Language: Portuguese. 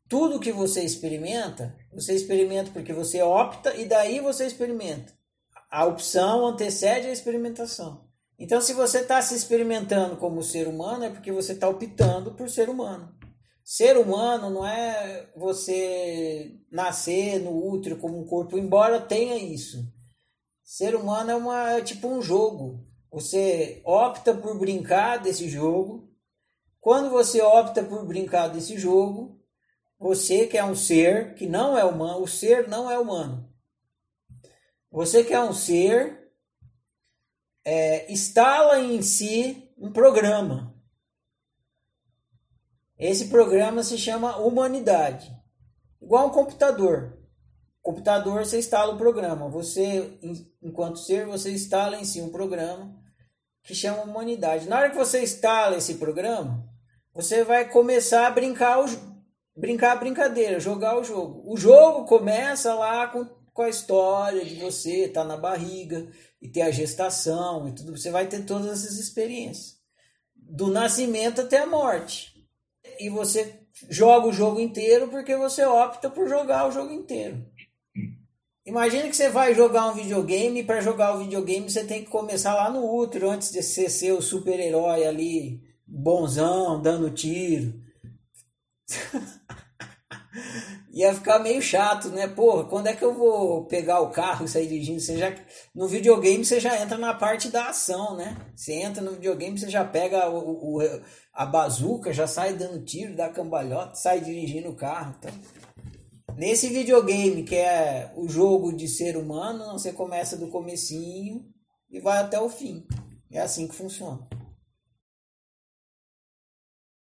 Tudo que você experimenta porque você opta e daí você experimenta. A opção antecede a experimentação. Então, se você está se experimentando como ser humano, é porque você está optando por ser humano. Ser humano não é você nascer no útero como um corpo, embora tenha isso. Ser humano é tipo um jogo. Você opta por brincar desse jogo. Quando você opta por brincar desse jogo, você que é um ser que não é humano, o ser não é humano. Você que é um ser, instala em si um programa. Esse programa se chama humanidade. Igual um computador. Computador, você instala o programa. Você, enquanto ser, você instala em si um programa que chama humanidade. Na hora que você instala esse programa, você vai começar a brincar a brincadeira, jogar o jogo. O jogo começa lá com a história de você estar na barriga e ter a gestação e tudo. Você vai ter todas essas experiências. Do nascimento até a morte. E você joga o jogo inteiro porque você opta por jogar o jogo inteiro. Imagina que você vai jogar um videogame, e para jogar o videogame você tem que começar lá no útero, antes de você ser o super-herói ali, bonzão, dando tiro. Ia ficar meio chato, né? Porra, quando é que eu vou pegar o carro e sair dirigindo? No videogame você já entra na parte da ação, né? Você entra no videogame, você já pega a bazuca, já sai dando tiro, dá cambalhota, sai dirigindo o carro. Então. Nesse videogame, que é o jogo de ser humano, você começa do comecinho e vai até o fim. É assim que funciona.